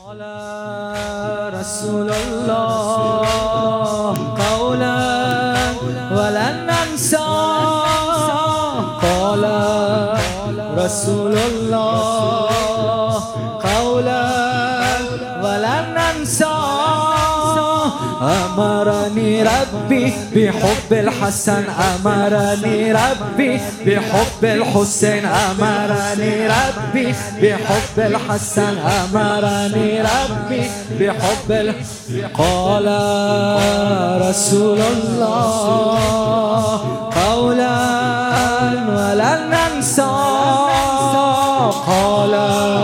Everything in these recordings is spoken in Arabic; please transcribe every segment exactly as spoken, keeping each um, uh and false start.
قال رسول الله قولا ولن ننسى. قال رسول الله قولا ولن ننسى. أمرني ربي بحب الحسن، أمرني ربي بحب الحسين، أمرني ربي بحب الحسن، أمرني ربي بحب ال... قال رسول الله قولا ولن ننسى. قال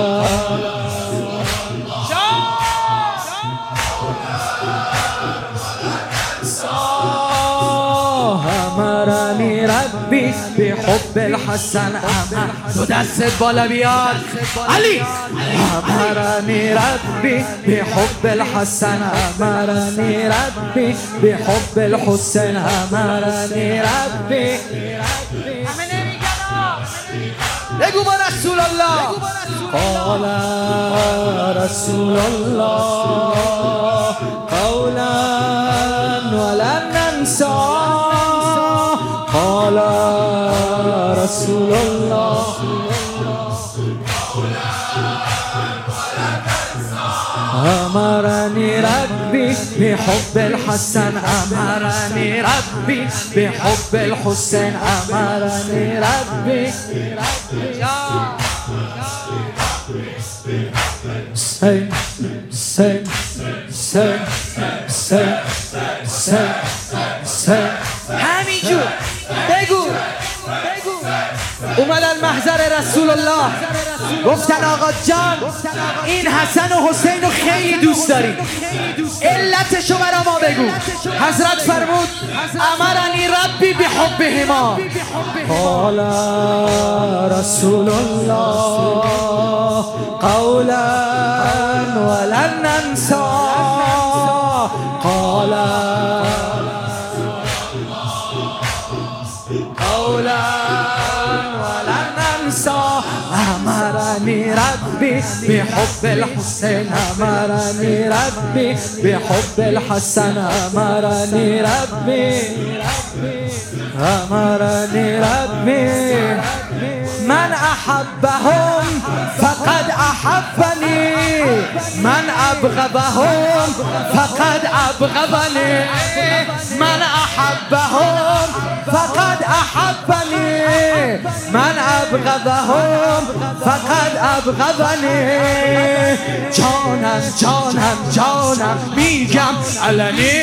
أمرني ربي بحب الحسن. أمر دو دست بالا بیاد علی. أمرني ربي بحب الحسن، أمرني ربي بحب الحسين، أمرني ربي. بگو با رسول الله. قال رسول الله قولا ولن ننسى. قال رسول الله أمرني ربي بحب الحسن، أمرني ربي بحب الحسين، أمرني ربي. سين سين سين سين سين سين همینجور بگو. اومدن محضر رسول الله گفتن آقا جان این حسن و حسین رو خیلی دوست داریم، علتشو برا ما بگو. حضرت فرمود امرنی ربی بحبهما. قال رسول الله قولا ولن ننسى. قال قولا ولن ننسى. أمرني ربي بحب الحسين، أمرني ربي بحب الحسن، أمرني ربي أمرني ربي. من أحبهم فقد أحبني، من أبغضهم فقد أبغضني، من أحبهم فقد أحبني، من أبغضهم فقد أبغضني. جانم جانم جانم میگم علنی.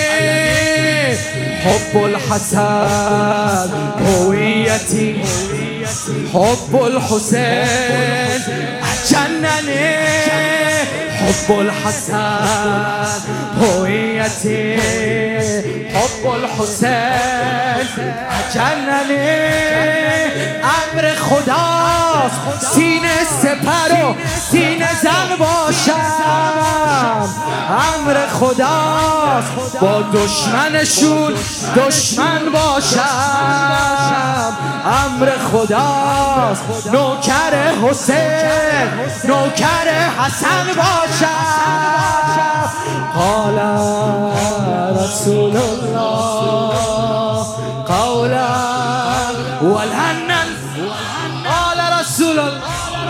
حب الحسن هویتی، حب الحسين جنني، حب الحسن هويتي، حب الحسين جنني. امر خداست سینه سپر و سینه زن باشم، امر خداست با دشمنشون دشمن باشم، امر خداست نوکر حسین نوکر حسن باشم. قال رسول الله قولا ولن ننسى. قال رسول الله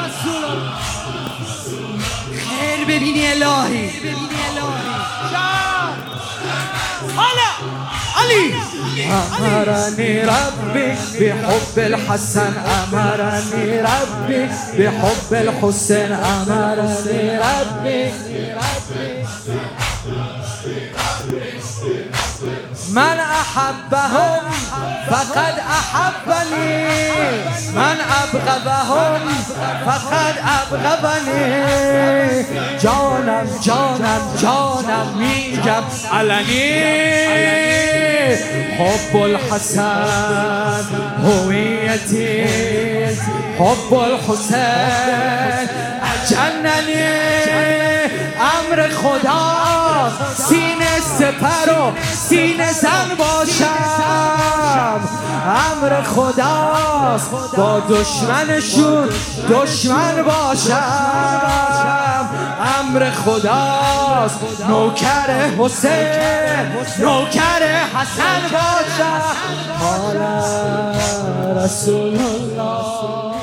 خیر ببینی الهی. علی. أمرني ربي بحب الحسن، أمرني ربي بحب الحسين، أمرني ربي. من أحبهم فقد أحبني، من أبغضهم فقد أبغضني. جانم جانم جانم میگم علنی. حب الحسن هویتی، حب الحسین جننی. امر خدا سینه سپر و سینه زن باشم، امر خداست با دشمنشون دشمن باشم، امر خداست. نوکر حسین نوکر حسن باشد. قال رسول الله